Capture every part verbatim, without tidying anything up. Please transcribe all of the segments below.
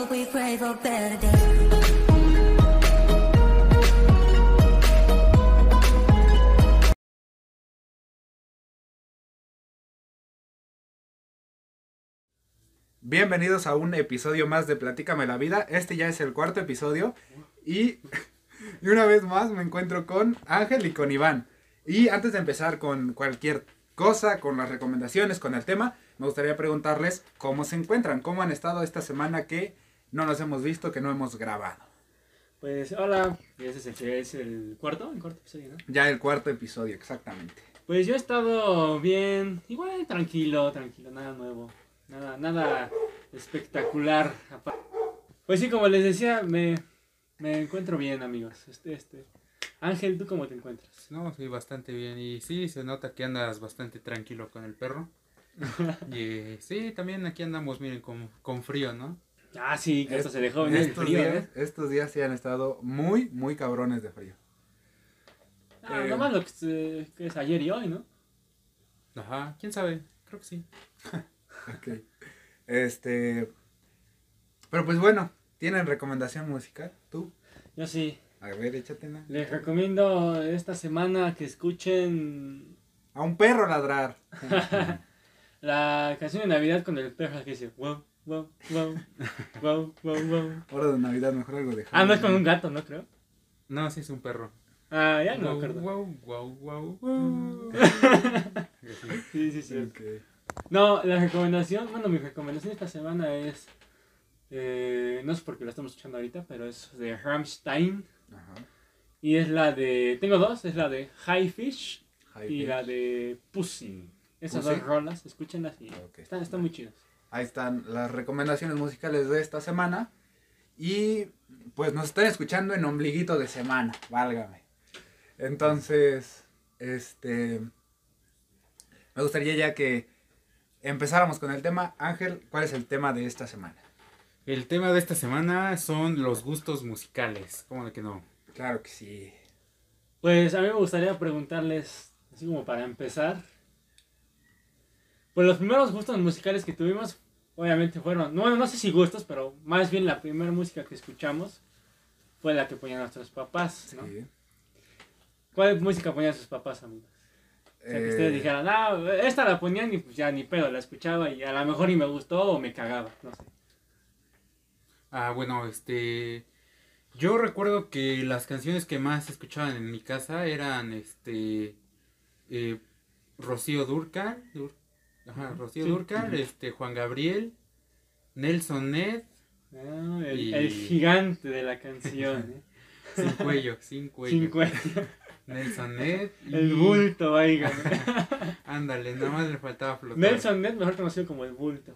hope we pray for better days. Bienvenidos a un episodio más de Platícame la Vida. Este ya es el cuarto episodio y, y una vez más me encuentro con Ángel y con Iván. Y antes de empezar con cualquier cosa, con las recomendaciones, con el tema, me gustaría preguntarles cómo se encuentran, cómo han estado esta semana que no nos hemos visto, que no hemos grabado. Pues hola, ese es el, es el cuarto, el cuarto episodio, ¿no? Ya el cuarto episodio, exactamente. Pues yo he estado bien, igual tranquilo, tranquilo, nada nuevo. Nada, nada espectacular. Pues sí, como les decía, me, me encuentro bien, amigos. Este, este. Ángel, ¿tú cómo te encuentras? No, sí, bastante bien. Y sí, se nota que andas bastante tranquilo con el perro. Y eh, sí, también aquí andamos, miren, con, con frío, ¿no? Ah, sí, que esto Es- se dejó venir el estos frío, días, ¿eh? Estos días sí han estado muy, muy cabrones de frío. Ah, eh, nomás lo que, se- que es ayer y hoy, ¿no? Ajá, quién sabe, creo que sí. Ok. Este. Pero pues bueno, ¿tienen recomendación musical? ¿Tú? Yo sí. A ver, échatela. Les recomiendo esta semana que escuchen A un perro ladrar. la canción de Navidad con el perro que dice wow, wow, wow, wow, wow, wow. Hora de Navidad, mejor algo de Ah, no es con Halloween. un gato, ¿no creo? No, sí es un perro. Ah, ya no me Wow, acuerdo. wow, wow, wow, wow. Sí. Sí, sí, sí. Ok. No, la recomendación, bueno, mi recomendación esta semana es, eh, no sé por qué la estamos escuchando ahorita, pero es de Rammstein. Ajá. Y es la de, tengo dos, es la de High Fish High y Fish. la de Pussy. Esas ¿Pussy? dos rolas, escúchenlas y Ok. están, están muy chidas. Ahí están las recomendaciones musicales de esta semana. Y pues nos están escuchando en ombliguito de semana, válgame. Entonces, este. Me gustaría ya que empezáramos con el tema. Ángel, ¿cuál es el tema de esta semana? El tema de esta semana son los gustos musicales. ¿Cómo de que no? Claro que sí. Pues a mí me gustaría preguntarles, así como para empezar, pues los primeros gustos musicales que tuvimos, obviamente fueron, no, no sé si gustos, pero más bien la primera música que escuchamos fue la que ponían nuestros papás, ¿no? Sí. ¿Cuál música ponían sus papás, amigos? O sea, que Eh, ustedes dijeran, ah, esta la ponían y pues ya ni pedo, la escuchaba y a lo mejor ni me gustó o me cagaba, no sé. Ah, bueno, este... Yo recuerdo que las canciones que más se escuchaban en mi casa eran, este... Eh, Rocío Dúrcal. Dur- Ajá, Rocío Sí. Dúrcal, Ujú. este, Juan Gabriel, Nelson Ned, Ah, el, Y- el gigante de la canción, ¿eh? sin cuello, sin cuello. Sin cuello. Nelson Ned y... El bulto, oigan. Ándale, nada más le faltaba flotar. Nelson Ned, mejor conocido como el bulto.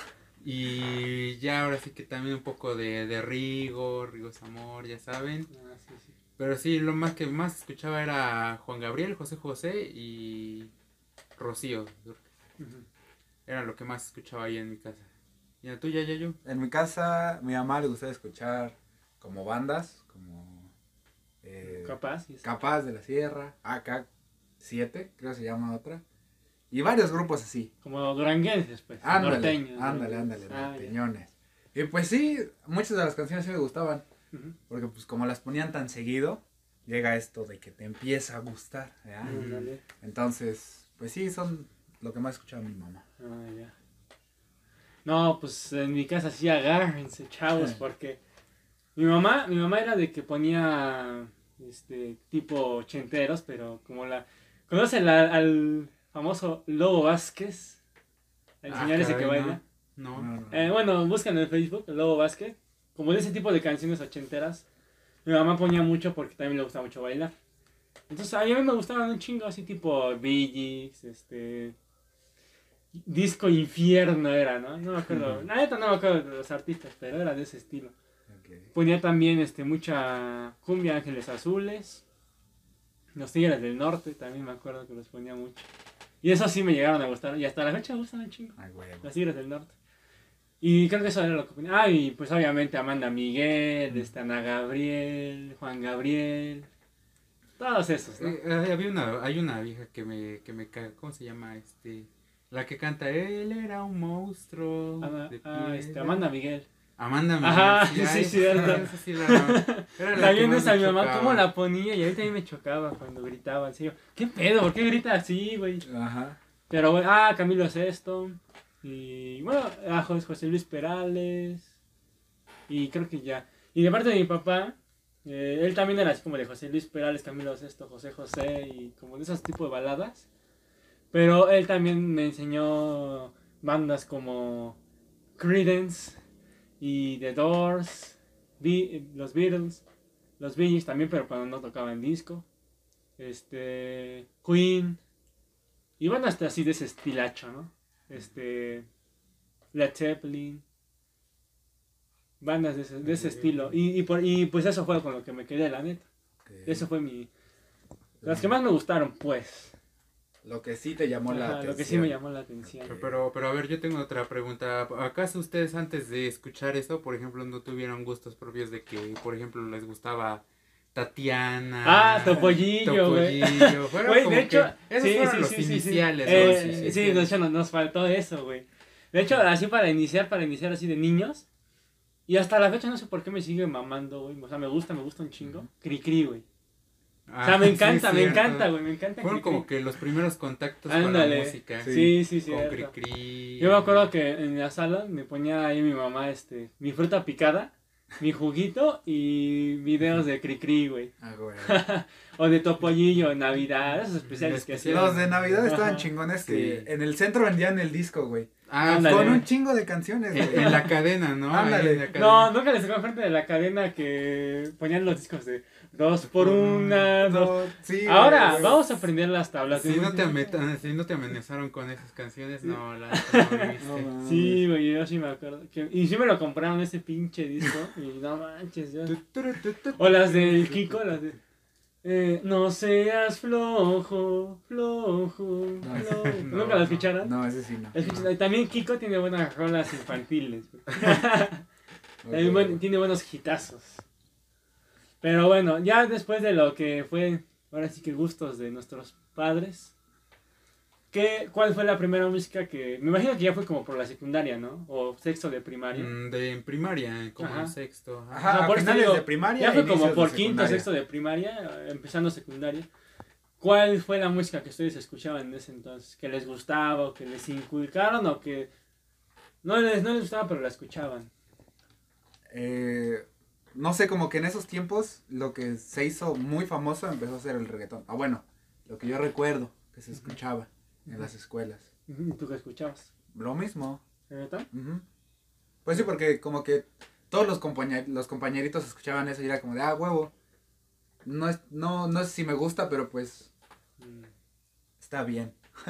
Y ya ahora sí que también un poco de, de Rigo, Rigo Zamor, ya saben. Ah, sí, sí. Pero sí, lo más que más escuchaba era Juan Gabriel, José José y Rocío. Ujú. Era lo que más escuchaba ahí en mi casa. ¿Y la tuya, Yayo? En mi casa, mi mamá le gustaba escuchar como bandas, como eh, Capaz. y es- Capaz de la Sierra, A K siete, creo que se llama otra, y varios grupos así. Como duranguenses, pues. Ándale, norteños. ándale, duranguenses. ándale, Ah, ya. norteñones. Y pues sí, muchas de las canciones sí me gustaban, Ujú. porque pues como las ponían tan seguido, llega esto de que te empieza a gustar, ¿verdad? Ándale. Entonces, pues sí, son lo que más escuchaba mi mamá. Ah, ya. No, pues en mi casa sí agárrense, chavos, Sí. porque mi mamá, mi mamá era de que ponía este tipo ochenteros, pero como la ¿conocen la- al famoso Lobo Vázquez? El Ah, señor ese que caray, baila. No. No, no. no. Eh, bueno, buscan en Facebook, el Lobo Vázquez. Como de ese tipo de canciones ochenteras. Mi mamá ponía mucho porque también le gustaba mucho bailar. Entonces a mí me gustaban un chingo así tipo Bee Gees, este... Disco Infierno era, ¿no? No me acuerdo. La neta no me acuerdo de los artistas, pero era de ese estilo. Ok. Ponía también este, mucha cumbia, Ángeles Azules. Los Tigres del Norte también me acuerdo que los ponía mucho. Y eso sí me llegaron a gustar. Y hasta la fecha me gustan un chingo. Ay, huevo. Los Tigres del Norte. Y creo que eso era lo que ponía. Ah, y pues obviamente Amanda Miguel, este, Ana Gabriel, Juan Gabriel. Todos esos, ¿no? Eh, eh, había una, hay una vieja que me, que me caga, ¿cómo se llama? Este, la que canta, él era un monstruo Ana- de ah, este, piedra". Amanda Miguel. Amanda Ajá, Miguel. sí, ay, cierto. esa sí la- era la También que más esa me mi mamá, chocaba. cómo la ponía y ahorita a mí me chocaba cuando gritaba, en serio. ¿Qué pedo? ¿Por qué grita así, güey? Ajá. Pero, bueno, ah, Camilo Sesto. Y bueno, a José Luis Perales. Y creo que ya. Y de parte de mi papá, eh, él también era así como de José Luis Perales, Camilo Sesto, José José y como de esos tipos de baladas. Pero él también me enseñó bandas como Creedence y The Doors, Be- los Beatles, los Bee Gees también, pero cuando no tocaban disco. Este, Queen. Y van hasta así de ese estilacho, ¿no? Este, Led Zeppelin. Bandas de ese, de ese estilo. Y, y, por, y pues eso fue con lo que me quedé, la neta. Okay. Eso fue mi... Las que más me gustaron, pues. Lo que sí te llamó la Ajá, atención. lo que sí me llamó la atención. Pero, pero, pero a ver, yo tengo otra pregunta. ¿Acaso ustedes antes de escuchar eso, por ejemplo, no tuvieron gustos propios de que, por ejemplo, les gustaba Tatiana? Ah, Topollillo, güey. Topollillo. Fueron Güey, como de hecho, que esos sí, fueron sí, los sí, sí, sí. iniciales. Eh, ¿no? sí, sí, de hecho nos, nos faltó eso, güey. De hecho, así para iniciar, para iniciar así de niños. Y hasta la fecha no sé por qué me sigue mamando, güey. O sea, me gusta, me gusta un chingo. Cri Cri, güey. Ah, O sea, me sí, encanta, me cierto. encanta, güey. Me encanta Fueron Cri Cri. como que los primeros contactos con Ándale. la música. Sí, sí, sí. Con cierto. Cricri. Yo me acuerdo que en la sala me ponía ahí mi mamá, este, mi fruta picada, mi juguito y videos de Cricri, güey. Ah, güey. O de Topollillo en Navidad, esos especiales que hacían. Los de Navidad estaban Ajá. chingones Sí. que en el centro vendían el disco, güey. Ah, Ándale. Con un chingo de canciones, en, güey. en la cadena, ¿no? Ándale. Ahí en la cadena. No, nunca les tocó enfrente de la cadena que ponían los discos de dos por una, dos. No, sí, Ahora, güey. vamos a aprender las tablas. Si de no, te música. ameta- si no te amenazaron con esas canciones, no, la neta no viviste. No, mames. Sí, güey, yo sí me acuerdo. que- Y sí me lo compraron ese pinche disco. Y no manches, yo. Tu, tu, tu, tu, O las del Kiko, las de. Eh, no seas flojo, flojo, No, flojo. no, ¿Nunca la no. escucharon? No, ese sí no. Escuchen, y también Kiko tiene buenas rolas infantiles. güey. También Ok. buen- tiene buenos hitazos. Pero bueno, ya después de lo que fue, ahora sí que gustos de nuestros padres, ¿qué, ¿cuál fue la primera música que... Me imagino que ya fue como por la secundaria, ¿no? O sexto de primaria. Mm, de en primaria, como Ajá. en sexto. ajá. Ajá, Ajá, a por eso finales digo, de primaria. Ya fue como inicios de por quinto, secundaria. sexto de primaria, eh, empezando secundaria. ¿Cuál fue la música que ustedes escuchaban en ese entonces? ¿Que les gustaba o que les inculcaron o que no les, no les gustaba pero la escuchaban? Eh, no sé, como que en esos tiempos lo que se hizo muy famoso empezó a ser el reggaetón. Ah, bueno, lo que yo recuerdo que se escuchaba en las escuelas. ¿Y tú qué escuchabas? Lo mismo. ¿Reggaetón? Ujú. Pues sí, porque como que todos los, compañe- los compañeritos escuchaban eso y era como de, ah, huevo. No es, no, no es si me gusta, pero pues Mm. está bien.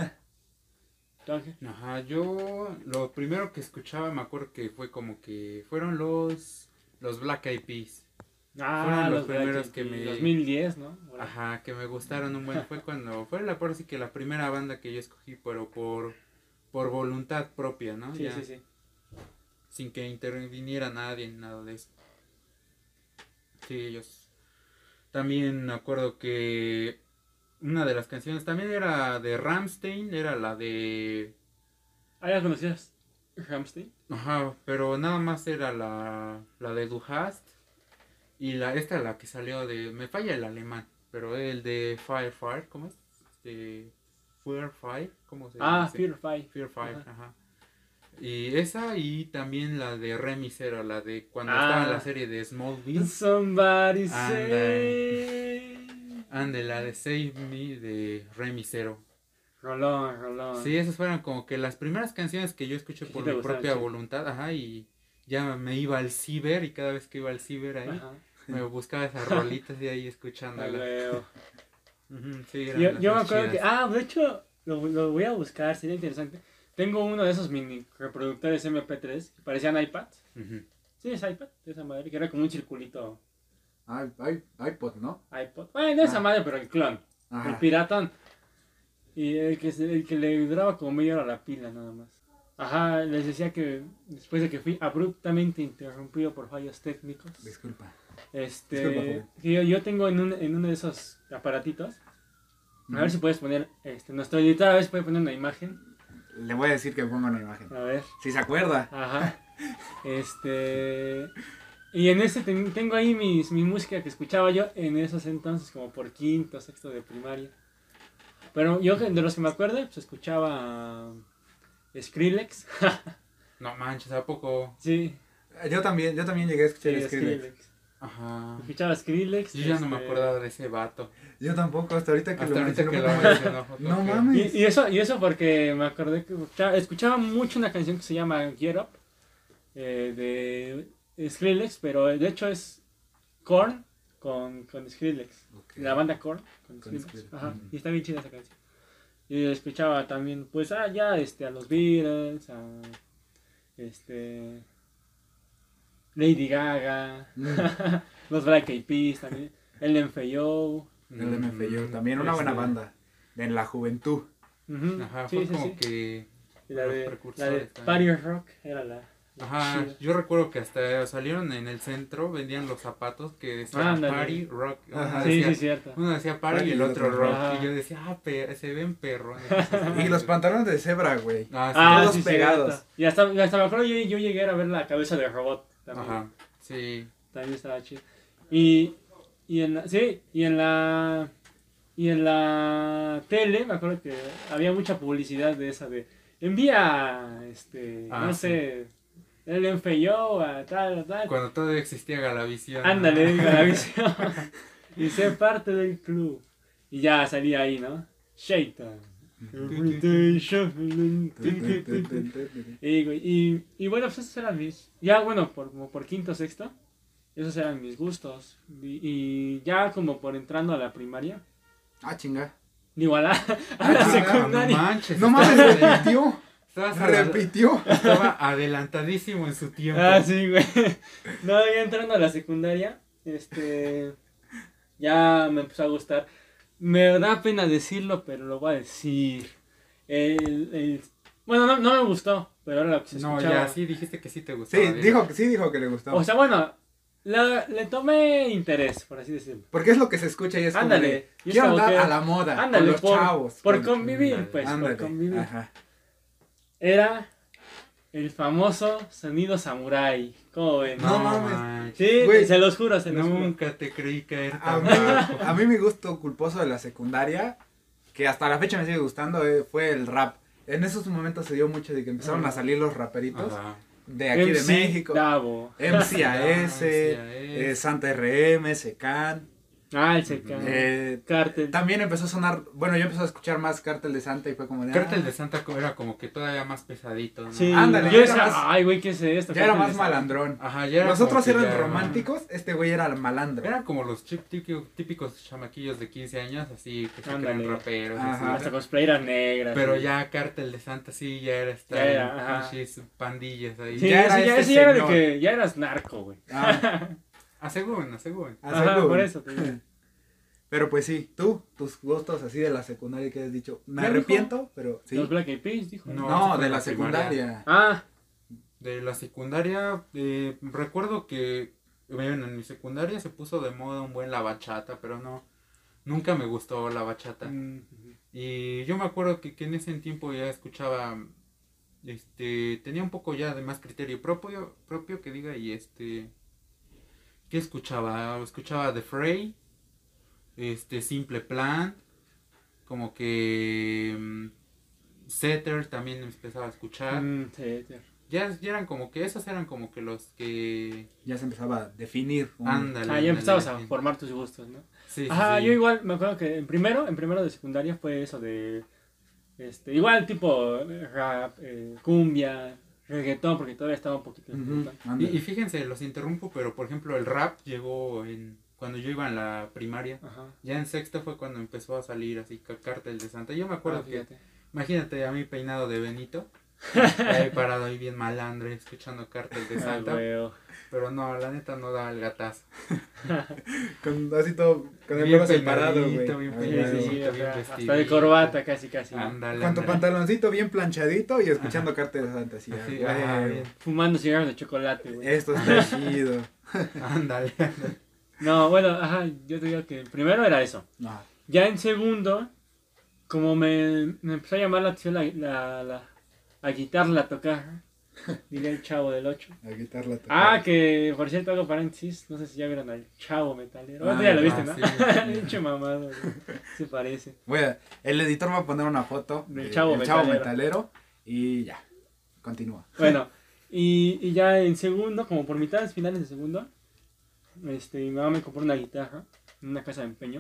¿Tú, Ángel? Ajá, yo lo primero que escuchaba me acuerdo que fue como que fueron los los Black Eyed Peas. Ah, Fueron los los primeros Black que Eyed me- Peas, dos mil diez, ¿no? Por ahí. Ajá, que me gustaron un buen fue cuando fue la por sí que la primera banda que yo escogí, pero por por voluntad propia, ¿no? Sí, Ya, sí, sí. sin que interviniera nadie, nada de eso. Sí, ellos. También me acuerdo que una de las canciones también era de Rammstein, era la de... ¿Ah, ya conocías Rammstein? Ajá, pero nada más era la, la de Du hast y la esta la que salió de... Me falla el alemán, pero el de Fire Fire, ¿cómo es? De Fear Fire, ¿cómo se Ah, dice? Fear Fight. Fear Fire, Ajá. ajá. Y esa y también la de Remy Zero, la de cuando Ah. estaba en la serie de Smallville. Somebody Ándale. say. Ande, la de Save Me de Remy Zero. Rolón, rolón. Sí, esas fueron como que las primeras canciones que yo escuché Que por sí te mi gustaban, propia sí. voluntad, ajá, y ya me iba al ciber y cada vez que iba al ciber ahí Ajá. me buscaba esas rolitas y ahí Ah, escuchándolas. huevo. Ujú, sí, eran Yo, las yo me más acuerdo que, chidas. ah, de hecho, lo, lo voy a buscar, sería interesante. Tengo uno de esos mini reproductores eme pe tres que parecían iPads. Ujú. Sí, es iPad, de esa madre, que era como un circulito Ah, hay iPod, ¿no? iPod. Bueno, esa Ah. madre, pero el clon, el Ajá. piratón. Y el que, se- el que le duraba como media hora la pila, nada más. Ajá, les decía que después de que fui abruptamente interrumpido por fallos técnicos, Disculpa. este, Disculpa, joven. que yo, yo tengo en, un, en uno de esos aparatitos. A ver Ujú. si puedes poner, este, nuestro editor a ver si puede poner una imagen. le voy a decir que ponga una imagen. A ver. Si se acuerda. Ajá. Este. Y en ese ten- tengo ahí mis, mi música que escuchaba yo en esos entonces, como por quinto, sexto de primaria. Pero yo de los que me acuerdo, pues escuchaba Skrillex. No manches, ¿a poco? Sí, Yo también, yo también llegué a escuchar sí, Skrillex. Skrillex. Ajá. Escuchaba Skrillex. Yo ya no me este, acuerdo de ese vato. Yo tampoco, hasta ahorita que Hasta lo ahorita mencionó. que fue lo como de, mencionó. No ok. mames. Y, y eso, y eso porque me acordé que escuchaba, escuchaba mucho una canción que se llama Get Up eh, de Skrillex, pero de hecho es Korn con, con Skrillex. Ok. La banda Korn con Con Skrillex. Skrillex. Ajá, Ujú. y está bien chida esa canción. Y escuchaba también, pues, ah, ya, este, a los Beatles, a, este, Lady Gaga, Mm. los Black Eyed Peas también, el M F O. El M F O, también una buena Este, banda. En la juventud. Ujú, Ajá, sí, fue sí, como sí. que... Y la los de, la de precursores Party también. Rock era la, la Ajá, chida. yo recuerdo que hasta salieron en el centro, vendían los zapatos que decían Ándale. Party Rock. Uno Ajá. Sí, decía, sí, cierto. uno decía Party Party y el otro otro Rock. Ajá. Y yo decía, ah, pe- se ven perros. Y los pantalones de cebra, güey. Ah, sí. Ah, todos sí, pegados. cierto. Y hasta, y hasta me acuerdo yo, yo llegué a ver la cabeza de robot también. Ajá, sí. También estaba chido. Y, y en la, sí, y en la y en la tele me acuerdo que había mucha publicidad de esa de envía este Ah, no sí. sé el M F O a tal tal. Cuando todavía existía Galavisión. Ándale, Galavisión. Y sé parte del club. Y ya salía ahí, ¿no? Shaitan. Y, güey, y, y bueno, pues esos eran mis. Ya, bueno, por, como por quinto sexto, esos eran mis gustos. Y, y ya como por entrando a la primaria, Ah, chinga. digo, a la, a Ah, la chinga, No secundaria. manches. No mames, estaba- repitió. estabas adel- Repitió. Estaba adelantadísimo en su tiempo. Ah, sí, güey. No, ya entrando a la secundaria, este. Ya me empezó a gustar. Me da pena decirlo, pero lo voy a decir. El, el, bueno, no, no me gustó, pero era lo que se No, escuchaba. ya, sí dijiste que sí te gustaba. Sí, dilo. dijo, sí dijo que le gustaba. O sea, bueno, la- le tomé interés, por así decirlo. Porque es lo que se escucha y es como Ándale, de, y es quiero como andar que- a la moda, Ándale, con los por, chavos. por con- convivir, ándale, pues, ándale, por convivir. ajá. Era el famoso sonido samurai. ¿Cómo ven? No No, mames. manches. Sí, Güey. se los juro, se los juro. Nunca te creí caer A tan mí, bajo. a mí mi gusto culposo de la secundaria, que hasta la fecha me sigue gustando, eh, fue el rap. En esos momentos se dio mucho de que empezaron Ajá. a salir los raperitos Ajá. de aquí de M C México. Davo. M C A S, M C A S. eh, Santa R M, Secan. Ah, el Seca. Eh, Cártel. también empezó a sonar, bueno, yo empecé a escuchar más Cártel de Santa y fue como de... Cártel ah, de Santa Co- era como que todavía más pesadito, ¿no? Sí, Ándale, yo ya decía, era más- ay, güey, ¿qué es esto? Ya era Cártel más de Santa. malandrón. Ajá, ya era Los otros como que eran ya- románticos, este güey era el malandro. Eran como los chip- típico- típicos chamaquillos de quince años, así que se creen Ándale. raperos. Ajá. Hasta así. cosplayeras negras. Pero sí. ya Cártel de Santa sí, ya era estar Ya en era, ajá. pinches pandillas ahí. Sí, Ya ya, era ya, este ese ya era de señor. que ya eras narco, güey. Ah, Aseguren, aseguren. así Ajá, como- por eso te digo. Pero pues sí, tú, tus gustos así de la secundaria que has dicho, me ¿Qué arrepiento, pero sí. Los Black Eyed Peas, dijo. No. No, eso fue de en la la primaria. secundaria. Ah, De la secundaria, eh, recuerdo que bueno, en mi secundaria se puso de moda un buen la bachata, pero no, nunca me gustó la bachata. mm, Y yo me acuerdo que, que en ese tiempo ya escuchaba, este, tenía un poco ya de más criterio propio, propio que diga, y este, ¿qué escuchaba? Escuchaba The Fray, este, Simple Plan, como que mm, Setter también empezaba a escuchar. mm, sí, sí. Ya, ya eran como que, esos eran como que los que... Ya se empezaba a definir. un- Ándale. Ah, ándale, ya empezabas a ándale. formar tus gustos, ¿no? Sí, sí, Ajá, sí. yo igual me acuerdo que en primero, en primero de secundaria fue eso de, este, igual tipo eh, rap, eh, cumbia, reggaetón, porque todavía estaba un poquito en Ujú, reggaetón. Y, ándale. y fíjense, los interrumpo, pero por ejemplo el rap llegó en cuando yo iba en la primaria. Ajá. Ya en sexto fue cuando empezó a salir así ca- Cártel de Santa. Yo me acuerdo Ah, que, fíjate. imagínate a mí peinado de Benito, ahí parado ahí bien malandro escuchando Cártel de Ah, Santa. güey. Pero no, la neta no da el gatazo. Con, así todo, con el Bien pelo separado, peinadito, güey. bien Ah, Sí, güey. sí, sí, bien o sea, vestidito. hasta de corbata casi, casi. Ándale, Con tu ándale. pantaloncito bien planchadito y escuchando Cártel de Santa. Así, Así, ah, ajá, güey. bien. Fumando cigarros de chocolate, güey. Esto está chido. Ándale, ándale. No, bueno, ajá, yo te digo que primero era eso. No. Ya en segundo, como me, me empezó a llamar la atención la, la, la, a guitarra, a tocar, diría el Chavo del ocho. A guitarra Ah, que por cierto hago paréntesis, no sé si ya vieron al Chavo Metalero. Ah, Ah, ya lo ah, viste, ¿no? sí. Pinche mamado, güey. Se parece. Voy a- el editor va a poner una foto Del de- Chavo del Chavo Metalero. Metalero y ya, continúa. Bueno, y, y ya en segundo, como por mitades finales de segundo, este, mi mamá me compró una guitarra en una casa de empeño.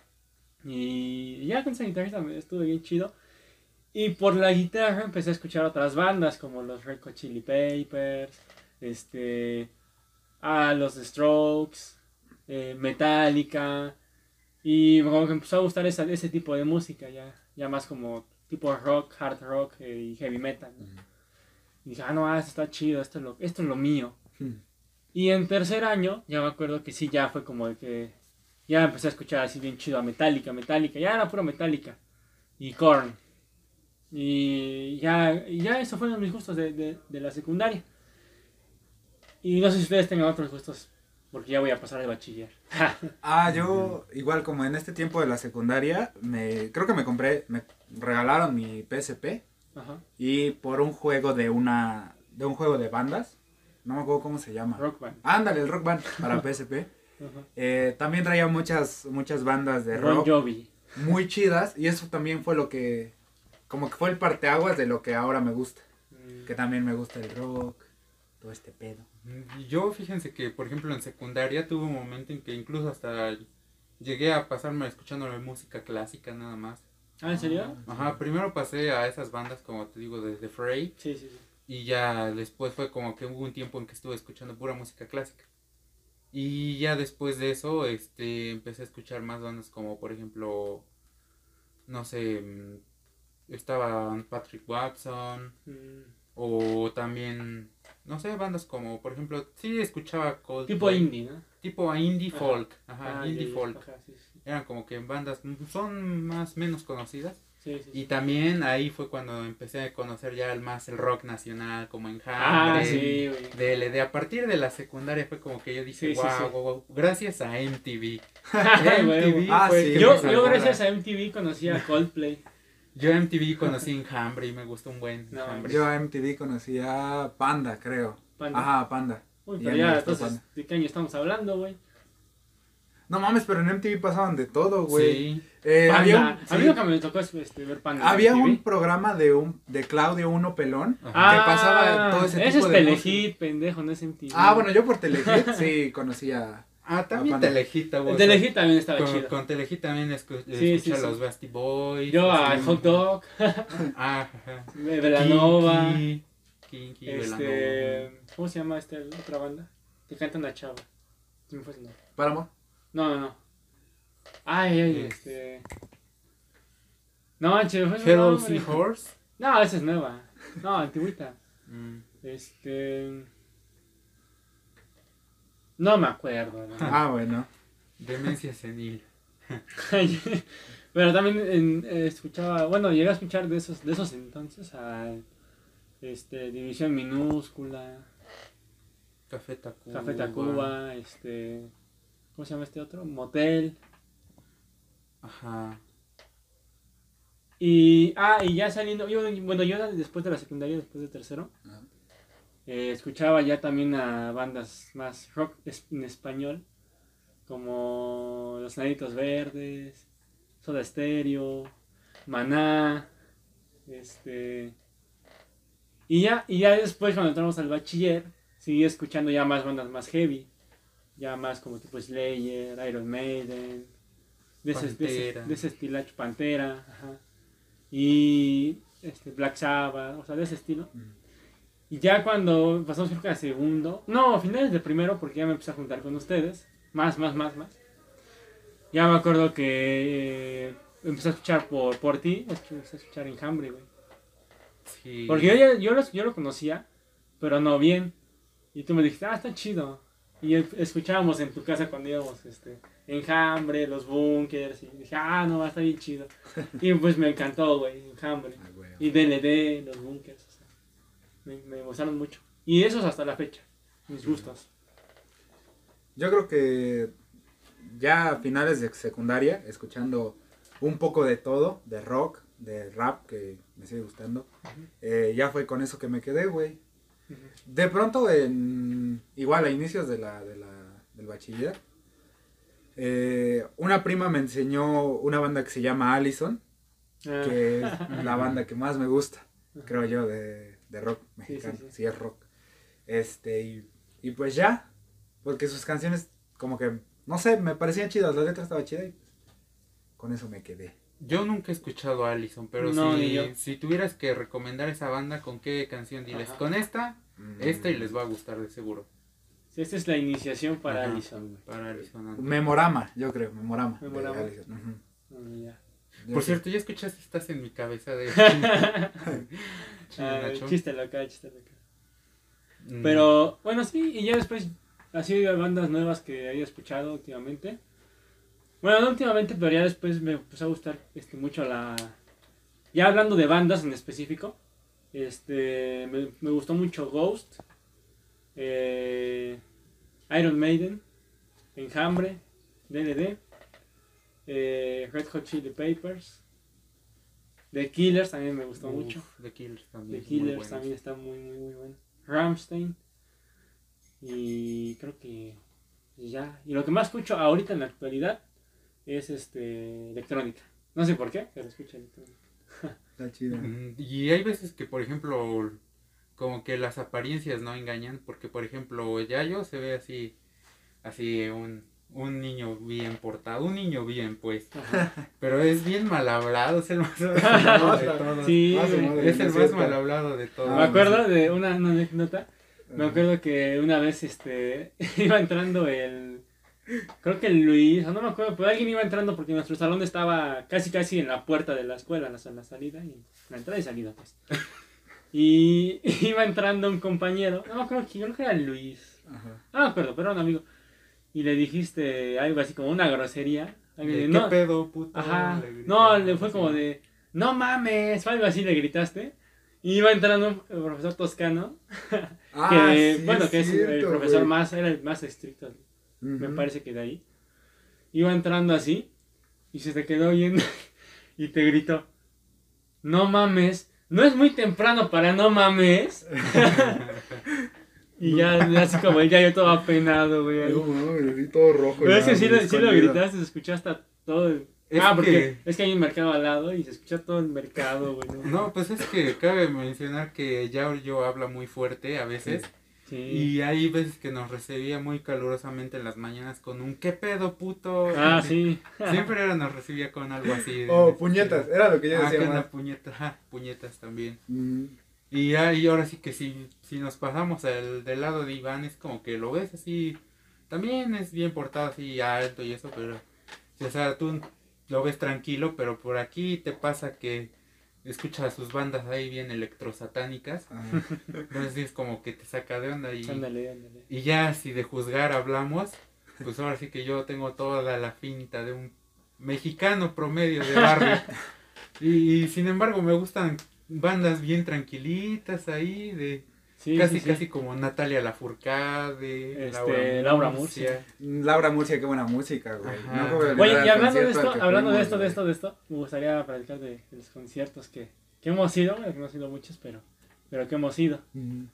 Y ya con esa guitarra me estuve bien chido. Y por la guitarra empecé a escuchar otras bandas como los Red Hot Chili Peppers, este, a los The Strokes, eh, Metallica. Y como que empezó a gustar esa, ese tipo de música, ya, ya más como tipo rock, hard rock eh, y heavy metal, ¿no? Y dije, ah, no, ah, esto está chido, esto es lo, esto es lo mío. Hmm. Y en tercer año, ya me acuerdo que sí, ya fue como de que ya empecé a escuchar así bien chido a Metallica, Metallica, ya era puro Metallica. Y Korn. Y ya, y ya esos fueron mis gustos de, de, de la secundaria. Y no sé si ustedes tengan otros gustos, porque ya voy a pasar de bachiller. Ah, yo igual como en este tiempo de la secundaria, me creo que me compré, me regalaron mi P S P Ajá. y por un juego de una, de un juego de bandas, no me acuerdo cómo se llama. Rock Band. Ándale, el Rock Band para P S P. Ajá. Eh, también traía muchas, muchas bandas de Bon rock Jovi. muy chidas y eso también fue lo que, como que fue el parteaguas de lo que ahora me gusta. Mm. Que también me gusta el rock, todo este pedo. Y yo, fíjense que, por ejemplo, en secundaria tuve un momento en que incluso hasta llegué a pasarme escuchando la música clásica nada más. Ah, ¿en serio? Ajá, primero pasé a esas bandas, como te digo, desde Frey, Sí, sí, sí. y ya después fue como que hubo un tiempo en que estuve escuchando pura música clásica. Y ya después de eso, este, empecé a escuchar más bandas como, por ejemplo, no sé, mm, estaba Patrick Watson, Mm. o también, no sé, bandas como, por ejemplo, sí escuchaba Coldplay. Tipo indie, ¿no? Tipo a indie Ajá. folk, ajá, Ah, indie ya, ya. folk. Ajá, sí, sí. Eran como que bandas, mm, son más menos conocidas. Sí, sí, Y sí. también ahí fue cuando empecé a conocer ya el más el rock nacional, como Ah, Enjambre, sí, güey. D L D. A partir de la secundaria fue como que yo dije, Sí, sí, wow, sí. wow, wow, gracias a M T V. Güey, M T V Ah, fue sí. el que Yo, me yo salvó gracias la- a M T V conocí a Coldplay. Yo a M T V conocí Enjambre y me gustó un buen No, Enjambre. Yo a M T V conocí a Panda, creo. Panda. Ajá, Panda. Uy, Y pero me ya, gustó entonces, Panda. ¿de qué año estamos hablando, güey? No mames, pero en M T V pasaban de todo, güey. Sí. Eh, Panda. había un, A mí sí, nunca me tocó este, ver Panda. en había M T V. un programa de un de Claudio Uno Pelón Ajá. que pasaba todo ese ese tipo es de Telehit, pendejo, no es M T V. Ah, bueno, yo por Telehit sí conocía. Ah, también Ah, Panda. Telehit. El Telehit también estaba Con, chido. con Telehit también escu- Sí, escuché sí, a sí. los Basti Boys. Yo a así. Hot Dog, Ah, ajá. Velanova, Kinky, Kinky, Velanova. este... ¿Cómo se llama esta otra banda? Que canta una chava. ¿Quién fue ese nombre? Páramo. No, no, no. Ay, ay, Es- este... No, che, fue su Hello nombre. Seahorse. No, esa es nueva. No, antigüita. Mm. Este... No me acuerdo. ¿no? Ah, bueno. Demencia senil. Pero también en- eh, escuchaba, bueno, llegué a escuchar de esos, de esos entonces a este, División Minúscula, Café Tacuba. Café Tacuba, este, ¿cómo se llama este otro? Motel. Ajá. Y, ah, y ya saliendo, yo, bueno, yo después de la secundaria, después de tercero, Ajá. eh, escuchaba ya también a bandas más rock es- en español, como Los Nanitos Verdes, Soda Stereo, Maná, este... Y ya, y ya después cuando entramos al bachiller, seguí escuchando ya más bandas más heavy, ya más como tipo Slayer, Iron Maiden, de ese, de ese, Pantera. de ese estilacho, Pantera, ajá, y este, Black Sabbath, o sea, de ese estilo. Y ya cuando pasamos creo que a segundo, no, a finales de primero, porque ya me empecé a juntar con ustedes, más, más, más, más. Ya me acuerdo que eh, empecé a escuchar por, por ti, empecé a escuchar Enjambre, güey. Sí. Porque yo, ya- yo, lo, yo lo conocía, pero no bien. Y tú me dijiste, ah, está chido. Y el- escuchábamos en tu casa cuando íbamos, este, Enjambre, los Bunkers. Y dije, ah, no, va a estar bien chido. Y pues me encantó, güey, Enjambre. Ah, güey. Y D L D, los Bunkers. O sea, me, me gustaron mucho. Y esos hasta la fecha, mis gustos. Yo creo que ya a finales de secundaria, escuchando un poco de todo, de rock, de rap que me sigue gustando. Eh, ya fue con eso que me quedé, güey. De pronto, en igual a inicios de la, de la, del bachiller, eh, una prima me enseñó una banda que se llama Allison, Ah. que es la banda que más me gusta, creo yo, de, de rock mexicano, Sí, sí, sí. sí es rock. Este, y, y pues ya, porque sus canciones como que, no sé, me parecían chidas, la letra estaba chida y pues, con eso me quedé. Yo nunca he escuchado a Allison, pero No, si, ni yo. si tuvieras que recomendar esa banda, ¿con qué canción diles? Ajá. Con esta, esta y les va a gustar de seguro. Sí, esta es la iniciación para Ajá. Allison, güey. Para Allison. Memorama, yo creo, Memorama. de Memorama. Allison, ujú. Ah, ya. Yo Por sí. cierto, ¿ya escuchaste Estás en mi cabeza de Ah, Nacho? chiste local, chiste local. Mm, Pero, bueno, sí, y ya después, así de bandas nuevas que haya escuchado últimamente. Bueno, no últimamente, pero ya después me empezó a gustar este, mucho la... Ya hablando de bandas en específico, este, me, me gustó mucho Ghost, eh, Iron Maiden, Enjambre, D L D, eh, Red Hot Chili Peppers, The Killers también me gustó uf, mucho. The Killers también. The es muy Killers buenos. también está muy, muy, muy bueno. Rammstein. Y creo que ya. Y lo que más escucho ahorita en la actualidad es este electrónica. No sé por qué, pero escucho electrónica. Está chido. Mm, Y hay veces que, por ejemplo, como que las apariencias no engañan, porque, por ejemplo, Yayo se ve así, así un, un niño bien portado, un niño bien, pues, pero es bien mal hablado, es el más mal hablado de todos. Sí, Ah, su güey. madre, Es no el es más cierto. mal hablado de todos. Ah, Me acuerdo de una, una anécdota. Me Ajá. acuerdo que una vez este iba entrando el. Creo que el Luis, o no me acuerdo, pero alguien iba entrando porque nuestro salón estaba casi casi en la puerta de la escuela, en la, en la salida, y la entrada y salida, pues. Y iba entrando un compañero, no me acuerdo, que- creo que era el Luis. Ajá. No me acuerdo, pero era un amigo. Y le dijiste algo así como una grosería. Algo ¿De de, ¿Qué no, pedo, puto? ajá, Le grité, no, le fue así. como de, no mames, o algo así le gritaste. Y iba entrando el profesor Toscano, Ah, que sí, bueno, que es el cierto, profesor güey. más, era el más estricto, me Ujú. parece que de ahí. Iba entrando así y se te quedó viendo y te gritó, no mames, no es muy temprano para no mames. Y ya así como ya yo todo apenado, güey. ahí. No mames, así todo rojo. Pero es ya, que sí, güey, lo, sí lo escondido. gritaste, se escuchó hasta todo el... Es ah, porque que- es que hay un mercado al lado y se escucha todo el mercado, güey. ¿no? No, pues es que cabe mencionar que Yao yo habla muy fuerte a veces. Sí. Y hay veces que nos recibía muy calurosamente en las mañanas con un ¿qué pedo, puto? Ah, sí. Siempre era, nos recibía con algo así. de- Oh, de- puñetas, era lo que yo Ah, decía que más. una puñeta, ajá, puñetas también. Mm, Y, ya, y ahora sí que si, si nos pasamos al, del lado de Iván es como que lo ves así, también es bien portado así alto y eso, pero o sea, tú lo ves tranquilo, pero por aquí te pasa que escuchas sus bandas ahí bien electrosatánicas, ah, entonces sí es como que te saca de onda y, Ándale, ándale. y ya si de juzgar hablamos, pues ahora sí que yo tengo toda la finta de un mexicano promedio de barrio. Y, y sin embargo me gustan bandas bien tranquilitas ahí, de Sí, casi sí, sí. casi como Natalia Lafourcade, Este, Laura Murcia. Laura Murcia, qué buena música, güey. Ajá. No puedo olvidar Oye, el y hablando de concierto al esto, que hablando de fuimos, esto, de güey. esto, de esto, me gustaría platicar de, de los conciertos que, que hemos ido, bueno, que no han sido muchos, pero, pero que hemos ido. Ujú.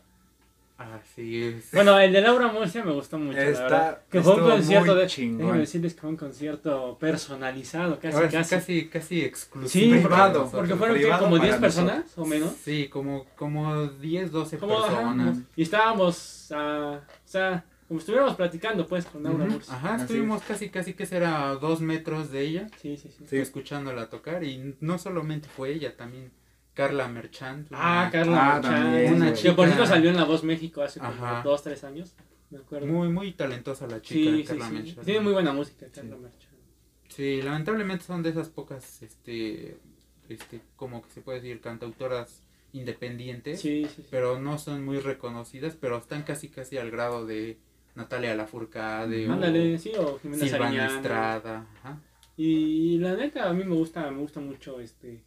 Así es. Bueno, el de Laura Murcia me gustó mucho, Está- la verdad. Que fue un estuvo concierto muy de, chingón. déjenme decirles que fue un concierto personalizado, casi, Ahora sí, casi. casi, casi Sí, exclusivo. porque, privado, para porque nosotros. fueron ¿qué? privado como para diez personas o menos. Sí, como, como diez, doce Como, ajá, personas. y estábamos, ah, o sea, como estuviéramos platicando pues con Laura Ujú. Murcia. Ajá, Así estuvimos casi, casi que será dos metros de ella, Sí, sí, sí. Sí. escuchándola tocar. Y no solamente fue ella, también Carla Merchant. Ah, una- Carla Ah, Merchant. también, Una güey. Que por chica- cierto salió en La Voz México hace como Ajá. dos, tres años, me acuerdo. Muy, muy talentosa la chica, sí, sí, Carla sí. Merchant. Tiene muy buena música, Carla Sí. Merchant. Sí, lamentablemente son de esas pocas, este, este, como que se puede decir, cantautoras independientes, Sí, sí, sí. pero no son muy reconocidas, pero están casi casi al grado de Natalia Lafourcade o Ándale, sí, o Jimena Silvana Sariñana. Estrada. Ajá. Y la neta, a mí me gusta, me gusta mucho este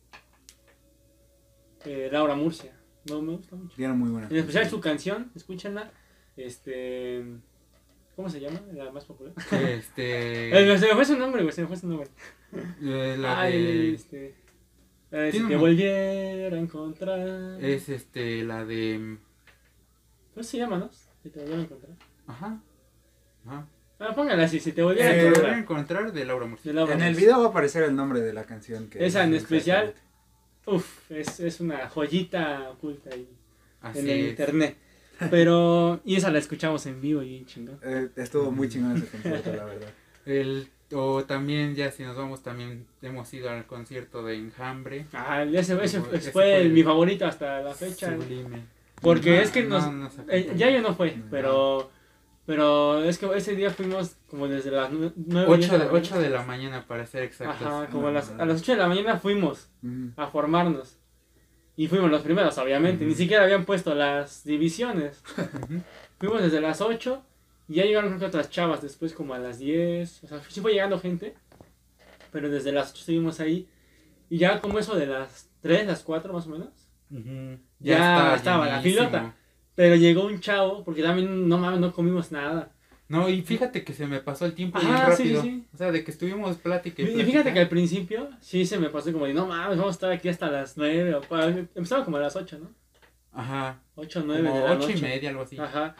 eh, Laura Murcia. No, me gusta mucho. Tiene muy buena. En especial su canción, escúchenla. Este. ¿Cómo se llama? La más popular. Este, Eh, se me fue su nombre, güey, se me fue su nombre. eh, la Ay, de, este. Eh, si Tiene te un- volviera a encontrar. Es este, la de... ¿Cómo se llama, no? Si te volviera a encontrar. Ajá. Ajá. Ah, póngala así, si te volviera Eh, a Se volver a encontrar. encontrar de Laura Murcia. De Laura En el Murcia. video va a aparecer el nombre de la canción. Que Esa en es especial. exactamente. Uf, es, es una joyita oculta ahí Así en el es. internet. Pero, y esa la escuchamos en vivo y chingón. Eh, estuvo muy chingón ese concierto, la verdad. El, o también, ya si nos vamos, también hemos ido al concierto de Enjambre. Ah, ese, ese Ese fue, fue el- mi favorito hasta la fecha. Sublime. Porque No, es que no, nos. no se eh, ya yo no fue, No. pero. Pero es que ese día fuimos como desde las nue- nueve. ocho de, la ocho mañana. de la mañana para ser exactos. Ajá, como a No, las, no, no. a las ocho de la mañana fuimos Ujú. a formarnos. Y fuimos los primeros, obviamente. Ni Ujú. siquiera habían puesto las divisiones. Ujú. Fuimos desde las ocho y ya llegaron creo que otras chavas después como a las diez. O sea, sí fue llegando gente. Pero desde las ocho seguimos ahí. Y ya como eso de las tres, las cuatro más o menos. Ujú. Ya está estaba la llenísimo. filota. Pero llegó un chavo, porque también no mames, no comimos nada. No, y fíjate que se me pasó el tiempo Ajá, bien sí, rápido. sí, sí. O sea, de que estuvimos plática y Y, y plática. fíjate que al principio sí se me pasó como de, no mames, vamos a estar aquí hasta las nueve. O, cua- empezaba como a las ocho, ¿no? Ajá. ocho, nueve Como de la ocho noche. y media, algo así. Ajá.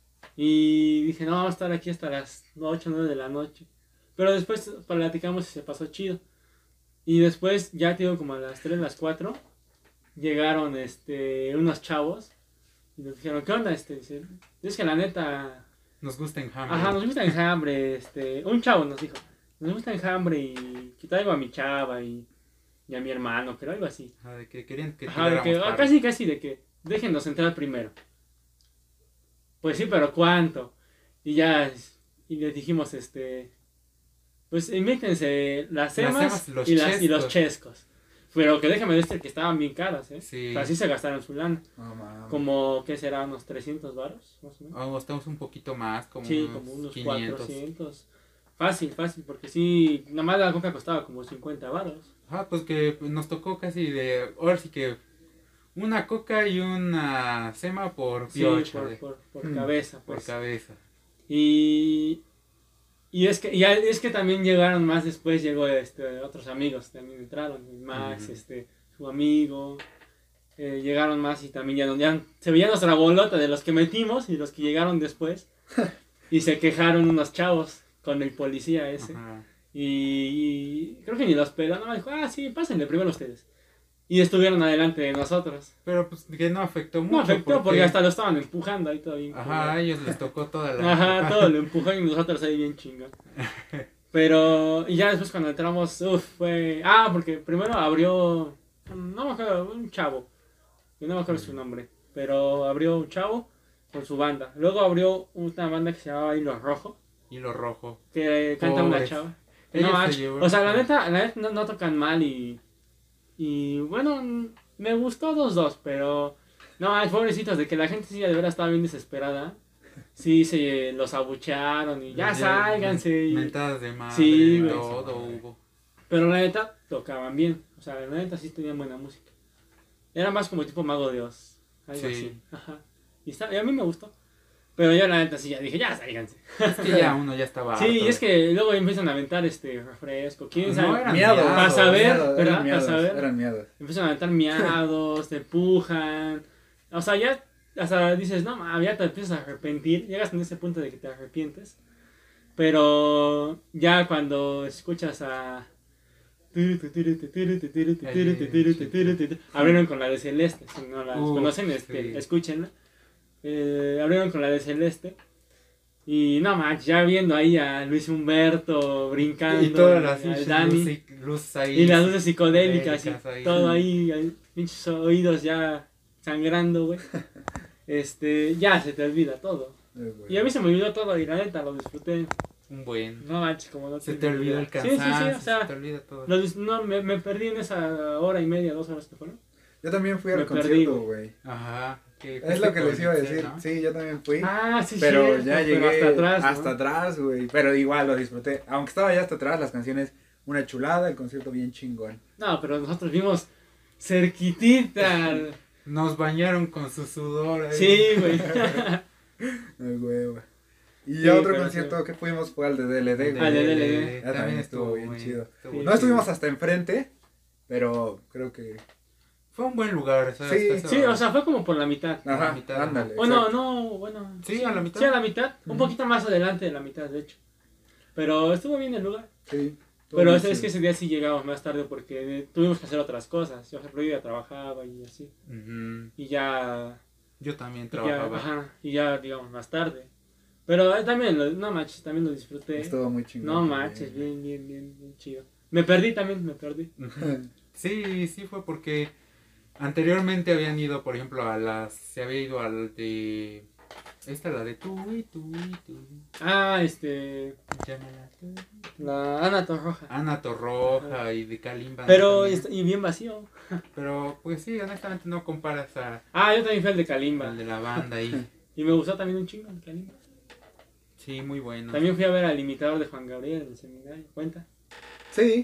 Y dije, no, vamos a estar aquí hasta las ocho, nueve de la noche. Pero después platicamos y se pasó chido. Y después, ya te digo, como a las tres, las cuatro, llegaron este, unos chavos. Y nos dijeron, ¿qué onda? Este, dice, es que la neta, Nos gusta Enjambre. ajá, nos gusta Enjambre. Este, un chavo nos dijo, nos gusta Enjambre y que traigo a mi chava y, y a mi hermano, pero algo así. Ajá, de que querían que Ajá, de que, tiráramos ah, paro. casi, casi de que déjenos entrar primero. Pues sí, pero ¿cuánto? Y ya, y les dijimos, este, pues invítense las Las semas semas, los y, las, y los chescos. chescos. Pero que déjame decirte que estaban bien caras, ¿eh? Sí. O sea, sí se gastaron su lana. No mames. Como, ¿qué será? ¿Unos trescientos varos? Más o menos. Oh, estamos un poquito más, como Sí, unos como unos quinientos. cuatrocientos. Fácil, fácil, porque sí, nada más la coca costaba como cincuenta varos. Ajá, pues que nos tocó casi de... Ahora sí que una coca y una sema por Sí, piocha, por, de- por, por Mm, cabeza, por pues. cabeza. Y, y es que ya es que también llegaron más después, llegó este otros amigos, también entraron, Max, Ujú. este, su amigo, eh, llegaron más y también ya, ya se veía nuestra bolota de los que metimos y los que llegaron después y se quejaron unos chavos con el policía ese Ajá. y, y creo que ni los peló, no, dijo, ah sí, pásenle primero ustedes. Y estuvieron adelante de nosotros. Pero pues que no afectó mucho. No afectó porque, hasta lo estaban empujando ahí todavía. Ajá, a ellos les tocó toda la... Ajá, todo lo empujó y nosotros ahí bien chingón. Pero, y ya después cuando entramos, uff, fue... Ah, porque primero abrió, no me acuerdo, un chavo, yo no me acuerdo su nombre, pero abrió un chavo con su banda. Luego abrió una banda que se llamaba Hilo Rojo, Hilo rojo. que canta una Pobres. chava. Ellos No, se manches, llevaron- o sea, la neta, la neta no, no tocan mal y... Y bueno, me gustó dos dos, pero... No, ay, pobrecitos, de que la gente sí de verdad estaba bien desesperada. Sí, se los abuchearon y ya Les sálganse. y- Mentadas de madre, Sí, güey. todo hubo. Pero la neta tocaban bien. O sea, la neta sí tenían buena música. Era más como tipo Mago de Oz. Algo Sí. así. Ajá. Y, está, y a mí me gustó. Pero yo la neta sí ya dije, ya sálganse. Es que ya uno ya estaba Sí, harto y es de- que luego empiezan a aventar este refresco. ¿Quién No, sabe? eran Miados. miados. Para saber, miados, ¿verdad? eran miados, Para saber. eran miados. Empiezan a aventar miados, te empujan. O sea, ya hasta dices, no, ma, ya te empiezas a arrepentir. Llegas en ese punto de que te arrepientes. Pero ya cuando escuchas a... Abrieron con la de Celeste. Si no la Uf, conocen, este, sí. escúchenla. Eh, abrieron con la de Celeste. Y no manches, ya viendo ahí a Luis Humberto brincando. Y todas las al luces, Dani. luces ahí. Y las luces psicodélicas y psicodélicas ahí. todo ahí, ahí, pinches oídos ya sangrando, güey. Este, ya se te olvida todo. Eh, güey. Y a mí se me olvidó todo y la neta lo disfruté. Un buen. No manches, como no Se te tiene olvida idea. el Sí, sí, cansancio, sí, o sea, se te olvida todo. lo dis- no, me, me perdí en esa hora y media, dos horas que fueron. Yo también fui al Me perdí, concierto, güey. güey. Ajá. que Es fuiste lo que con les iba a Itzel, decir. ¿no? Sí, yo también fui. Ah, sí, pero cierto, ya pero llegué hasta atrás, ¿no? hasta atrás, güey. Pero igual lo disfruté. Aunque estaba ya hasta atrás, las canciones, una chulada, el concierto bien chingón. No, pero nosotros vimos cerquitita. Nos bañaron con su sudor. ahí. Sí, güey. Ay, güey. Y Sí, ya otro pero concierto sí. que fuimos fue al de D L D, Ah, güey. el de D L D. Ya también estuvo bien muy- chido. estuvo Sí. No chido. estuvimos hasta enfrente, pero creo que... Fue un buen lugar, ¿sabes? Sí, Estaba- Sí, o sea, fue como por la mitad. A la Ajá, mitad, ándale. Bueno, exacto. no, bueno. Sí, a la mitad. Sí, a la mitad. Un Ujú. poquito más adelante de la mitad, de hecho. Pero estuvo bien el lugar. Sí. todo Pero bien es, es chido. que ese día sí llegamos más tarde porque tuvimos que hacer otras cosas. Yo, por ejemplo, yo ya trabajaba y así. Ujú. Y ya, Yo también y ya, trabajaba. ajá, y ya, digamos, más tarde. Pero eh, también, lo- no manches, también lo disfruté. Estuvo muy chingón. No también. manches, bien, bien, bien, bien chido. Me perdí también, me perdí. Ujú. Sí, sí fue porque anteriormente habían ido, por ejemplo, a las... Se había ido al de... Esta, la de tú y tú y tú. Ah, este, Llámala tú. la Ana Torroja. Ana Torroja y de Kalimba. Pero, también. est- y bien vacío. Pero, pues sí, honestamente no comparas a, Ah, yo también fui al de Kalimba. al de la banda ahí. Y me gustó también un chingo el Kalimba. Sí, muy bueno. También fui a ver al imitador de Juan Gabriel en el seminario. ¿Cuenta? Sí.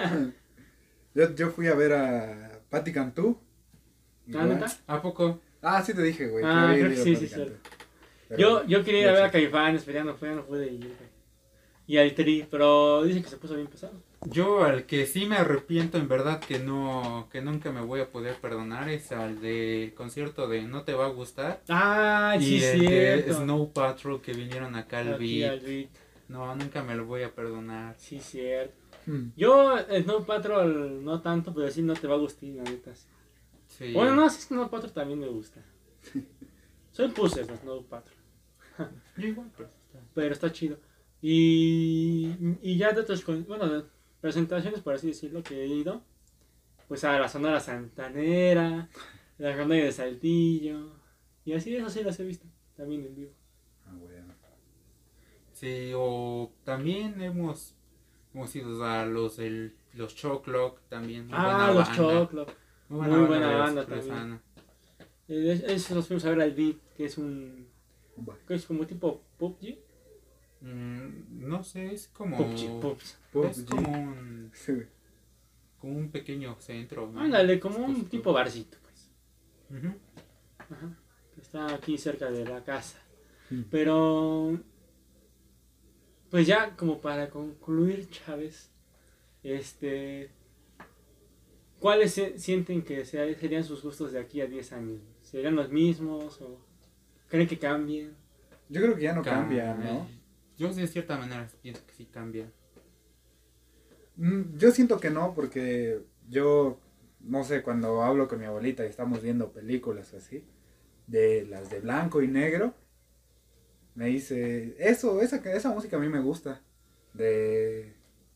yo, yo fui a ver a Patti Cantú. ¿Ah, neta? ¿A poco? Ah, sí te dije, güey. Ah, había creo que ido a sí, Patti sí, Cantú. cierto. Pero- Yo, yo quería ir a ver a sí. Caifanes, pero ya no, fue, ya no pude ir, güey. Y al Tri, pero dicen que se puso bien pesado. Yo al que sí me arrepiento en verdad que no que nunca me voy a poder perdonar es al del concierto de No Te Va a Gustar Ah, y sí, el de cierto. Snow Patrol que vinieron acá al Aquí al beat. Beat. No, nunca me lo voy a perdonar. Sí, cierto. Hmm. Yo, Snow Patrol, no tanto, pero sí no te va a gustar, la neta. Sí. Sí. Bueno, no, sí, Snow Patrol también me gusta. Soy puses de Snow Patrol, Yo igual, pero está. pero está chido. Y, y ya de otros, con- bueno, de presentaciones, por así decirlo, que he ido, pues a la Sonora Santanera, la Rondalla de Saltillo, y así, eso sí las he visto, también en vivo. Ah, bueno. Sí, o también hemos hemos ido a los el, los Choclock también. Muy Ah, buena los banda. Choclo. Muy muy buena de los banda Fresano. Eh, Esos los fuimos a ver al Beat, que es un, Va. que es como tipo P U B G. Mm, no sé, es como P U B G, P U B G. es P U B G. como un Sí, güey. como un pequeño centro, ¿no? Ándale, como un Justo. tipo barcito, pues. Ujú. Ajá, que está aquí cerca de la casa. Mm. Pero, pues ya como para concluir, Chávez, este, ¿cuáles se- sienten que sea- serían sus gustos de aquí a diez años? ¿Serían los mismos o creen que cambien? Yo creo que ya no Cam- cambia, ¿no? Yo de cierta manera pienso que sí cambia. Mm, Yo siento que no, porque yo, no sé, cuando hablo con mi abuelita y estamos viendo películas así, de las de blanco y negro, me dice, eso, esa, esa música a mí me gusta. De...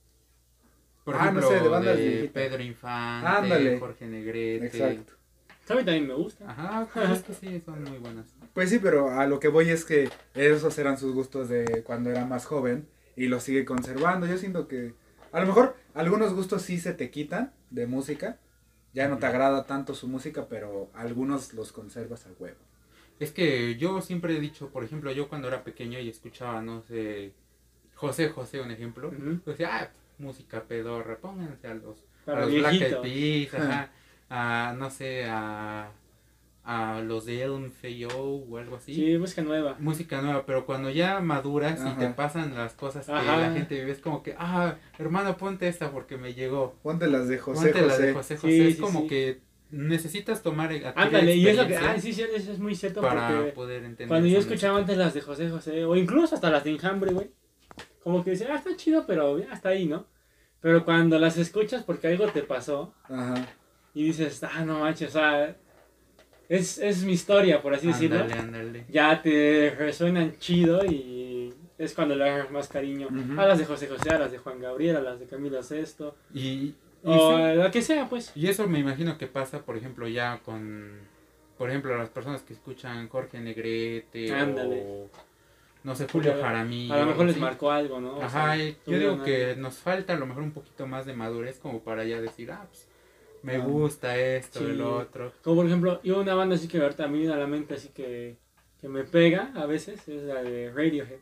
Por Ah, no ejemplo, sé, de bandas de viejitas. Pedro Infante, Ándale. Jorge Negrete. Exacto. A mí también me gusta. Ajá, pues es que sí, son muy buenas. Pues sí, pero a lo que voy es que esos eran sus gustos de cuando era más joven y los sigue conservando. Yo siento que a lo mejor algunos gustos sí se te quitan de música, ya no te Ujú. agrada tanto su música, pero algunos los conservas a huevo. Es que yo siempre he dicho, por ejemplo, yo cuando era pequeño y escuchaba, no sé, José José, un ejemplo, Ujú. pues decía, ah, música pedorra, pónganse a los, a Para los Black Eyed viejitos. Peas, ajá, a, no sé, a, a los de L M F A O o algo así. Sí, música nueva. Música nueva, pero cuando ya maduras y te Ajá. pasan las cosas que Ajá. la gente vive, es como que, ah, hermano, ponte esta porque me llegó. Ponte las de José Ponte la José. de José Sí, José, es sí, como sí. que necesitas tomar adquirir Ándale, y es lo que, experiencia ah, sí, sí, eso es muy cierto para porque poder entender. cuando yo esa escuchaba música. antes las de José José, o incluso hasta las de Enjambre, güey, como que decía, ah, está chido, pero ya está ahí, ¿no? Pero cuando las escuchas porque algo te pasó Ajá. y dices, ah, no manches, o sea, es, es mi historia, por así decirlo, Ándale, ándale. ya te resuenan chido y es cuando le agarras más cariño Ujú. a las de José José, a las de Juan Gabriel, a las de Camilo Sesto, Y, y, o sí, a la que sea, pues. y eso me imagino que pasa, por ejemplo, ya con, por ejemplo, las personas que escuchan Jorge Negrete Ándale. o, no sé, Julio Porque Jaramillo. A lo mejor les ¿sí? marcó algo, ¿no? O Ajá, sea, y yo tuvieron digo que nos falta a lo mejor un poquito más de madurez como para ya decir, ah, pues, me Ah. gusta esto, Sí. el otro. Como por ejemplo, yo una banda así que ahorita me viene a la mente así que, que me pega a veces es la de Radiohead.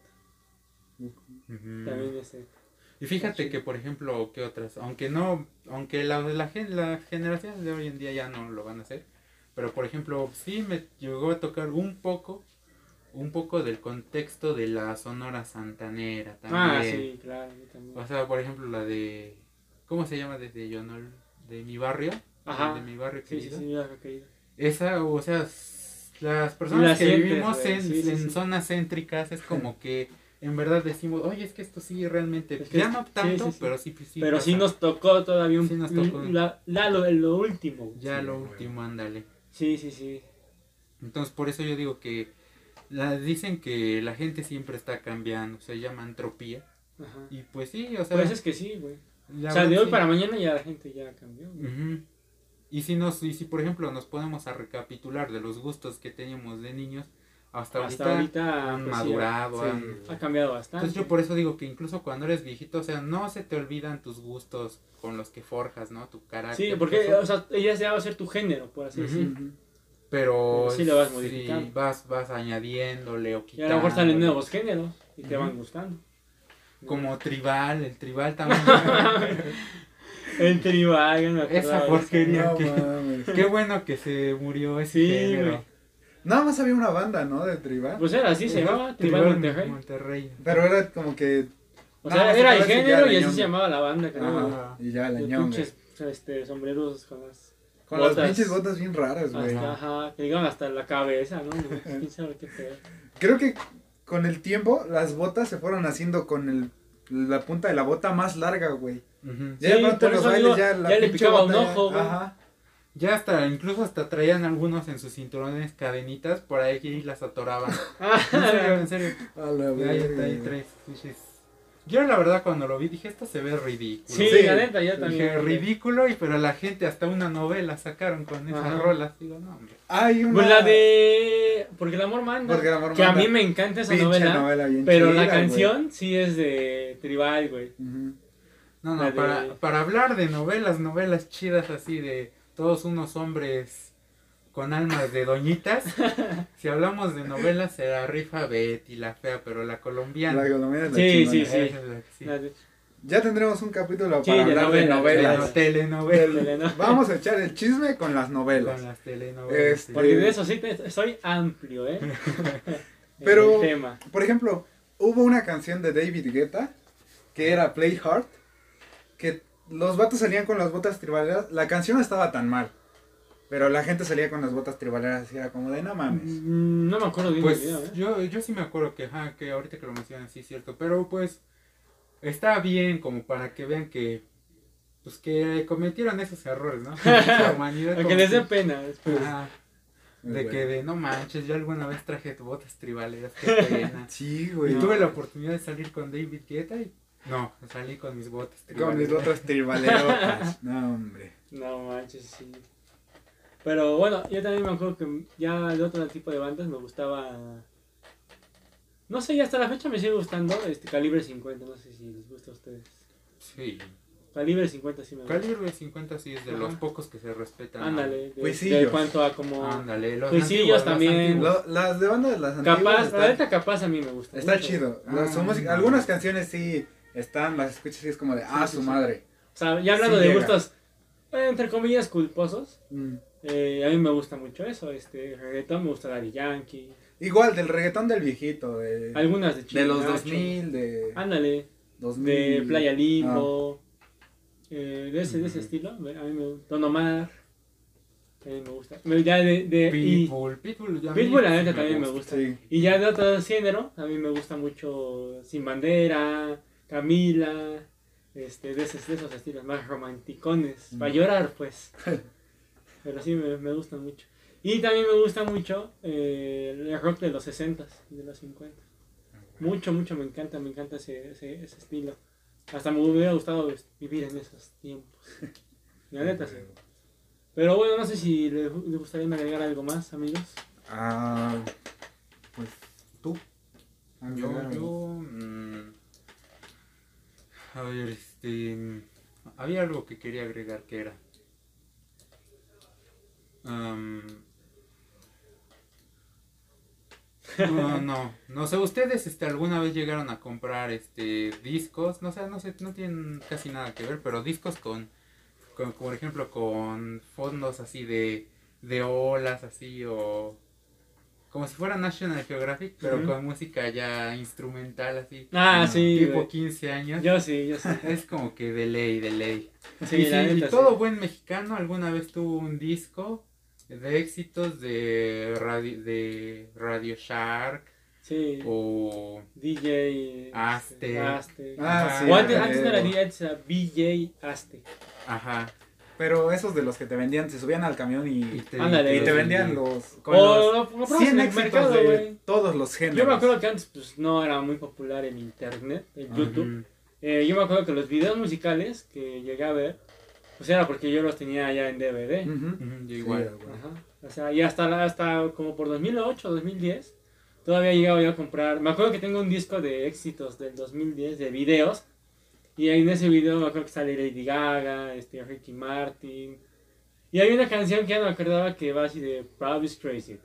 Ujú. También ese. Y fíjate que, por ejemplo, que otras, aunque no, aunque la, la, gen- las generaciones de hoy en día ya no lo van a hacer, pero por ejemplo, sí me llegó a tocar un poco, un poco del contexto de la Sonora Santanera también. Ah, sí, claro, yo también. O sea, por ejemplo, la de, ¿cómo se llama? Desde yo no, de mi barrio, Ajá. de mi barrio Sí, sí, querido. sí, mi barrio querido. Esa, o sea, s- las personas la que sientes, vivimos güey, en, sí, sí, en sí. zonas céntricas es como que en verdad decimos, oye, es que esto sí realmente, Es que ya es- no sí, tanto, sí, sí. pero sí, sí Pero sí pasa. nos tocó todavía un, Sí nos tocó. La, la- lo, lo último. güey. Ya Sí, lo güey. último, ándale. Sí, sí, sí. Entonces, por eso yo digo que la, dicen que la gente siempre está cambiando, se llama entropía. Ajá. Y pues sí, o sea, Pues es que sí, güey. la O sea, de verdad hoy sí. para mañana ya la gente ya cambió. güey. Ujú. Y si nos, y si por ejemplo nos ponemos a recapitular de los gustos que teníamos de niños, hasta, Hasta ahorita, ahorita, han pues, sí, madurado, sí. han- Ha cambiado bastante. Entonces yo por eso digo que incluso cuando eres viejito, o sea, no se te olvidan tus gustos con los que forjas, ¿no? Tu carácter. Sí, porque, todo o sea, ella ya va a ser tu género, por así Ujú. decirlo. Ujú. pero sí lo vas sí, modificando. vas, vas añadiéndole o Y a quitando. lo mejor salen nuevos géneros y te Ujú. van gustando. ¿no? Como tribal, el tribal también. El tribal, ya me acordaba Esa de porquería. No que- mames. Qué bueno que se murió ese Sí, género. güey. Nada más había una banda, ¿no? De tribal. Pues era así, se llamaba Tribal Monterrey. Monterrey. Pero era como que. O nada sea, más era el estaba así, género ya y la así se ñonga. llamaba la banda, creo. Ajá. Y ya la De ñonga. pinches este, sombreros con las Con las botas. pinches botas bien raras, güey. Hasta, ajá, que llegaban hasta la cabeza, ¿no? No, quién sabe qué pedo. Creo que con el tiempo las botas se fueron haciendo con el, la punta de la bota más larga, güey. Ujú. Ya de Sí, pronto por en los eso bailes digo, ya la ya le pinche picaba un bota ya- ojo, güey. Ajá. Ya hasta, incluso hasta traían algunos en sus cinturones cadenitas, por ahí y las atoraban. En serio, en serio. A la Y ahí, verga, ahí güey. traes, pinches. Yo la verdad cuando lo vi dije, esto se ve ridículo. Sí, Sí. la neta, yo también. Dije, ridículo, y pero la gente hasta una novela sacaron con esas Ajá. rolas. Digo, no, hombre. Hay una. Pues la de. Porque el amor manda. Porque el amor que a manda. mí me encanta esa Pinche novela. novela bien Pero chida, la güey. canción sí es de Tribal, güey. Ujú. No, La no, de- para, para hablar de novelas, novelas chidas así de todos unos hombres con almas de doñitas. Si hablamos de novelas, será Rifa Betty, la fea, pero la colombiana. La colombiana es la Sí, chingona. sí, Esa es la que sí. La de- Ya tendremos un capítulo Sí, para de hablar de novelas, novelas. Telenovela. Telenovela. Vamos a echar el chisme con las novelas. Con las telenovelas. Este, Porque de eso sí te- soy amplio, ¿eh? En Pero- el tema. Por ejemplo, hubo una canción de David Guetta que era Play Hard, que los vatos salían con las botas tribaleras. La canción no estaba tan mal, pero la gente salía con las botas tribaleras y era como de no mames. Mm, No me acuerdo bien Pues del video, ¿eh? yo, yo sí me acuerdo que, ajá, que ahorita que lo mencionas, sí es cierto, pero pues está bien como para que vean que, pues que cometieron esos errores, ¿no? La humanidad Para como que les dé que- pena después. Ajá, Muy de bueno. que de no manches, yo alguna vez traje botas tribaleras, qué pena. Sí, Y güey. tuve la oportunidad de salir con David Guetta y no, salí con mis botas Con mis tribaleras. botas tribaleras. No, hombre. No manches, sí. Pero bueno, yo también me acuerdo que ya de otro tipo de bandas me gustaba. No sé, y hasta la fecha me sigue gustando este Calibre cincuenta, no sé si les gusta a ustedes. Sí, Calibre cincuenta sí me gusta. Calibre cincuenta sí es de Ajá. los pocos que se respetan. Ándale, de, Huisillos. de cuanto a como. Ándale, los Huisillos antiguos, los también. antiguos. Lo- las de banda de las antiguas Capaz, está, la neta capaz a mí me gusta. está mucho. chido. Ah, Las- su música- no. algunas canciones sí están, las escuchas y es como de, ah, sí, su sí. madre. O sea, ya hablando Sí de llega. gustos, eh, entre comillas, culposos, Mm. eh, a mí me gusta mucho eso. Este, reggaetón, me gusta Daddy Yankee. Igual, del reggaetón del viejito, de, Algunas de de Chino los Nacho. dos mil, de Ándale. dos mil. De Playa Ah. Limbo, eh, de ese, de ese Ujú. estilo, a mí me gusta. Don Omar, también me gusta. Me- Ya de, de, y, Pitbull, Pitbull, a mí Pitbull, la sí neta, también me gusta. Sí. y ya de otro género, a mí me gusta mucho Sin Bandera, Camila, este, de, esos, de esos estilos más romanticones, Mm. para llorar pues. Pero sí, me, me gusta mucho. Y también me gusta mucho eh, el rock de los sesentas y de los cincuenta. Mucho, mucho me encanta, me encanta ese, ese, ese estilo. Hasta me hubiera gustado es- vivir en esos tiempos. La neta sí. Pero bueno, no sé si le, le gustaría agregar algo más, amigos. Ah, pues tú. Yo, yo, mm, a ver, este, mm, había algo que quería agregar que era, am, no, no, no sé, ustedes, este, alguna vez llegaron a comprar, este, discos, no sé, no sé, no tienen casi nada que ver, pero discos con, con, por ejemplo, con fondos así de, de olas, así, o como si fuera National Geographic, pero Ujú. con música ya instrumental así. Ah, sí, Tipo güey. quince años. Yo sí, yo sí. Es como que de ley, de ley. Sí, y, la sí, y neta, todo sí. buen mexicano alguna vez tuvo un disco de éxitos de Radio, de Radio Shark Sí. o D J. Aztec. este, Aztec. Ah, sí. O antes, eh, antes no era D J, antes era B J Aztec. Ajá. Pero esos de los que te vendían, se subían al camión y, Y te, Ándale. y te los vendían los. Con O los lo comprabas cien en el éxitos mercado, de güey. todos los géneros. Yo me acuerdo que antes pues no era muy popular el internet, el Ajá. YouTube. Eh, yo me acuerdo que los videos musicales que llegué a ver, pues era porque yo los tenía ya en D V D. Ujú. Ujú, yo Sí, igual. güey. Ajá. O sea, y hasta, la- hasta como por dos mil ocho, dos mil diez, todavía llegaba yo a comprar. Me acuerdo que tengo un disco de éxitos del dos mil diez de videos. Y en ese video me acuerdo que sale Lady Gaga, este, Ricky Martin. Y hay una canción que ya no me acordaba que va así de Travis Crazy.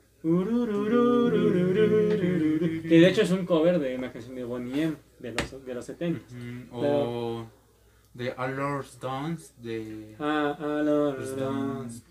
Que de hecho es un cover de una canción de Bonnie M de los, de los setenta. Ujú, o de Allures Dance de Ah, ah, no, Los no, no. Dance.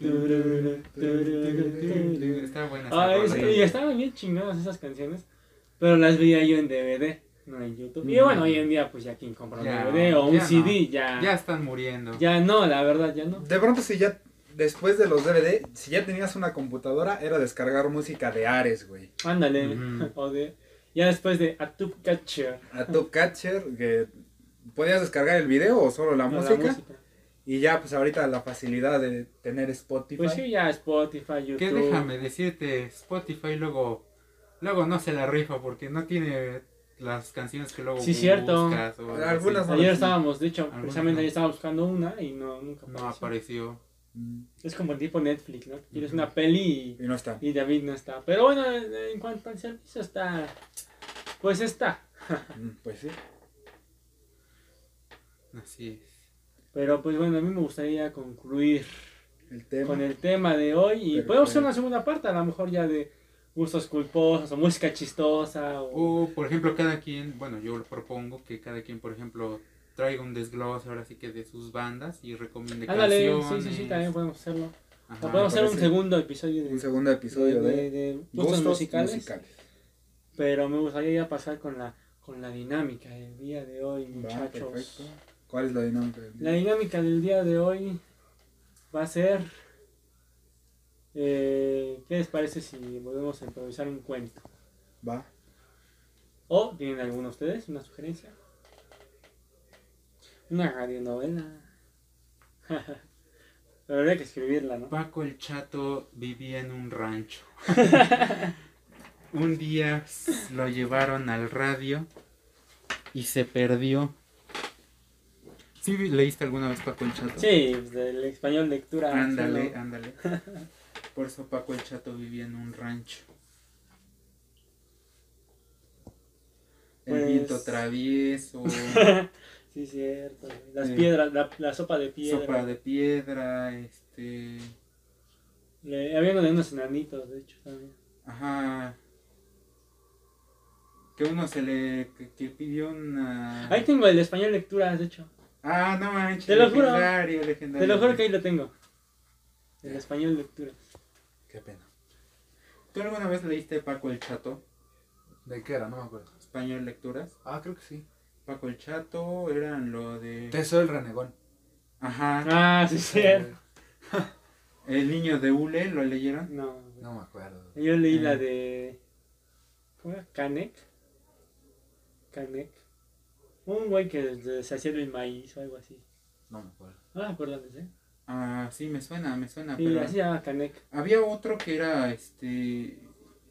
Está buena esa Ah, rola. es- y estaban bien chingadas esas canciones, pero las veía yo en D V D, no en YouTube. Y bueno, hoy en día pues ya quien compra un Ya, D V D o un ya C D, no. ya, Ya están muriendo. ya no, la verdad ya no. De pronto, si ya. Después de los D V D, si ya tenías una computadora, era descargar música de Ares, güey. Ándale, Ujú. o de, ya después de A Tube Catcher, A Top Catcher, que podías descargar el video o solo la, no, música, Y ya, pues ahorita la facilidad de tener Spotify. Pues sí, ya Spotify, YouTube. Que déjame decirte, Spotify luego, luego no se la rifa porque no tiene las canciones que luego Sí, cierto. buscas o algo Algunas así. no. Ayer estábamos, de hecho, Algunos precisamente no. ayer estábamos buscando una y no, nunca No apareció. apareció. Mm, Es como el tipo Netflix, ¿no? Tienes Ujú. una peli Y no está. y, y David no está. Pero bueno, en, en cuanto al servicio está, pues está. Mm, Pues sí. Así es. Pero pues bueno, a mí me gustaría concluir El tema. con el tema de hoy y Perfecto. podemos hacer una segunda parte, a lo mejor ya de gustos culposos o música chistosa o... O, por ejemplo, cada quien, bueno, yo lo propongo que cada quien, por ejemplo, traiga un desglose ahora sí que de sus bandas y recomiende Ándale, sí, canciones. sí, sí, también podemos hacerlo. Ajá. o podemos hacer un parece. segundo episodio de, Un segundo episodio de- de, de- de gustos, gustos musicales, musicales. pero me gustaría ya pasar con la, con la dinámica del día de hoy, Va, muchachos. perfecto. ¿Cuál es la dinámica? del La día? dinámica del día de hoy va a ser... eh, ¿qué les parece si volvemos a improvisar un cuento? Va. ¿O tienen alguno de ustedes una sugerencia? Una radionovela. Pero habría que escribirla, ¿no? Paco el Chato vivía en un rancho. Un día s- lo llevaron al radio y se perdió. ¿Sí vi- leíste alguna vez Paco el Chato? Sí, pues, del español lectura. Ándale, solo. ándale. Por eso Paco el Chato vivía en un rancho. El Pues- viento travieso, Sí, cierto. güey. Las Sí. piedras, la, la sopa de piedra. sopa de piedra, este... Le, había uno de unos enanitos, de hecho, también. Ajá. Que uno se le... que, que pidió una... Ahí tengo el de español lectura, de hecho. Ah, no manches, Te lo juro. legendario, legendario. Te lo juro que ahí lo tengo. El de español lectura. Qué pena. ¿Tú alguna vez leíste Paco el Chato? ¿De qué era? No me acuerdo. Español lecturas. Ah, creo que sí. Paco el Chato eran lo de... Teso el renegón. Ajá. Ah, sí, cierto. El niño de Hule, ¿lo leyeron? No, güey. No me acuerdo. Yo leí Ah. la de... ¿Cómo era? Canek. Canek. Un güey que de- se hacía del maíz o algo así. No me acuerdo. No me acuerdo antes, ¿eh? Ah, sí, me suena, me suena. Sí, pero así se llama Canek. había otro que era, este...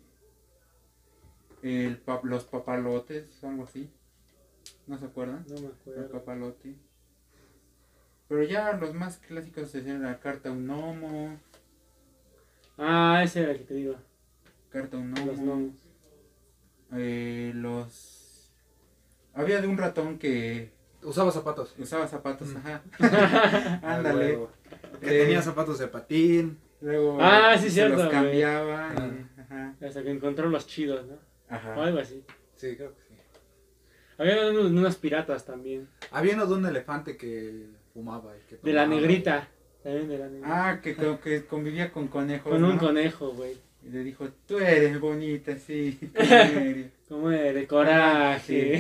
El pa- los papalotes, algo así. ¿No se acuerdan? No me El acuerdo. papalote. Pero ya los más clásicos decían la carta a un gnomo. Ah, ese era el que te digo. Carta a un Los gnomo. gnomos. Eh, los... Había de un ratón que Usaba zapatos. usaba zapatos, Mm. ajá. Ah, Ándale. huevo. Que Eh, tenía zapatos de patín. Luego Ah, sí, se cierto, los güey. cambiaba. Ah. y- ajá. Hasta que encontró los chidos, ¿no? O Ajá. algo así. Sí, creo que sí. Había unos, unos piratas también. Había uno de un elefante que fumaba. Y que De la tomaba. negrita. También de la negrita. Ah, que, que, que convivía con conejos. Con un ¿no? conejo, güey. Y le dijo, tú eres bonita, sí. tú eres". Como de coraje.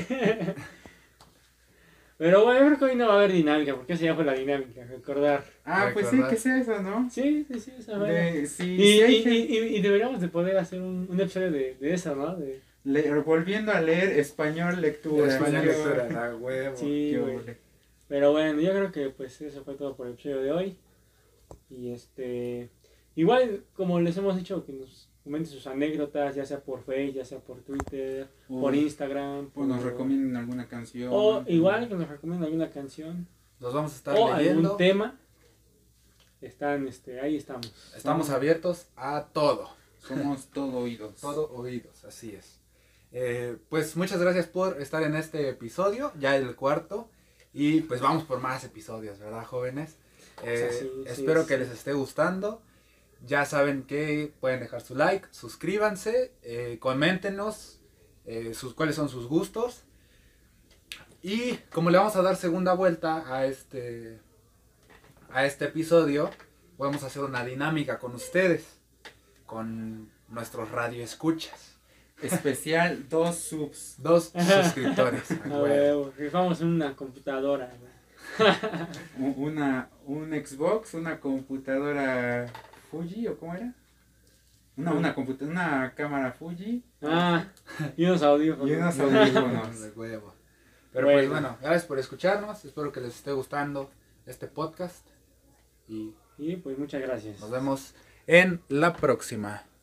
Pero bueno, yo creo que hoy no va a haber dinámica, porque esa ya fue la dinámica, recordar. Ah, pues sí, Recordar. ¿qué es eso, no? Sí, sí, sí, esa fue. De, sí, Y, sí hay y, gente- y, y- y deberíamos de poder hacer un, un episodio de, de eso, ¿no? De, le- volviendo a leer español lectura. Español Qué lectura, ole, la huevo. Sí, qué güey. ole. Pero bueno, yo creo que pues eso fue todo por el episodio de hoy. Y este... Igual, como les hemos dicho, que nos comenten sus anécdotas, ya sea por Facebook, ya sea por Twitter, O- por Instagram. O nos por- recomienden alguna canción. O igual que nos recomienden alguna canción Los vamos a estar o leyendo. algún tema. Están, este, ahí estamos. Estamos abiertos a todo. Somos todo oídos. Todo oídos, así es. Eh, pues muchas gracias por estar en este episodio, ya el cuarto. Y pues vamos por más episodios, ¿verdad, jóvenes? Eh, O sea, sí, sí, espero sí. que les esté gustando. Ya saben que pueden dejar su like, suscríbanse, eh, coméntenos eh, sus, cuáles son sus gustos. Y como le vamos a dar segunda vuelta a este, a este episodio, vamos a hacer una dinámica con ustedes, con nuestros radioescuchas. Especial dos subs. Dos suscriptores. a A huevo. ver, rifamos una computadora. U- Una, un Xbox, una computadora Fuji, ¿o cómo era? Una, una, computa- una cámara Fuji Ah, y unos audífonos. y unos audífonos. De huevo. Pero Bueno. pues bueno, gracias por escucharnos. Espero que les esté gustando este podcast. Y Y pues muchas gracias. nos vemos en la próxima.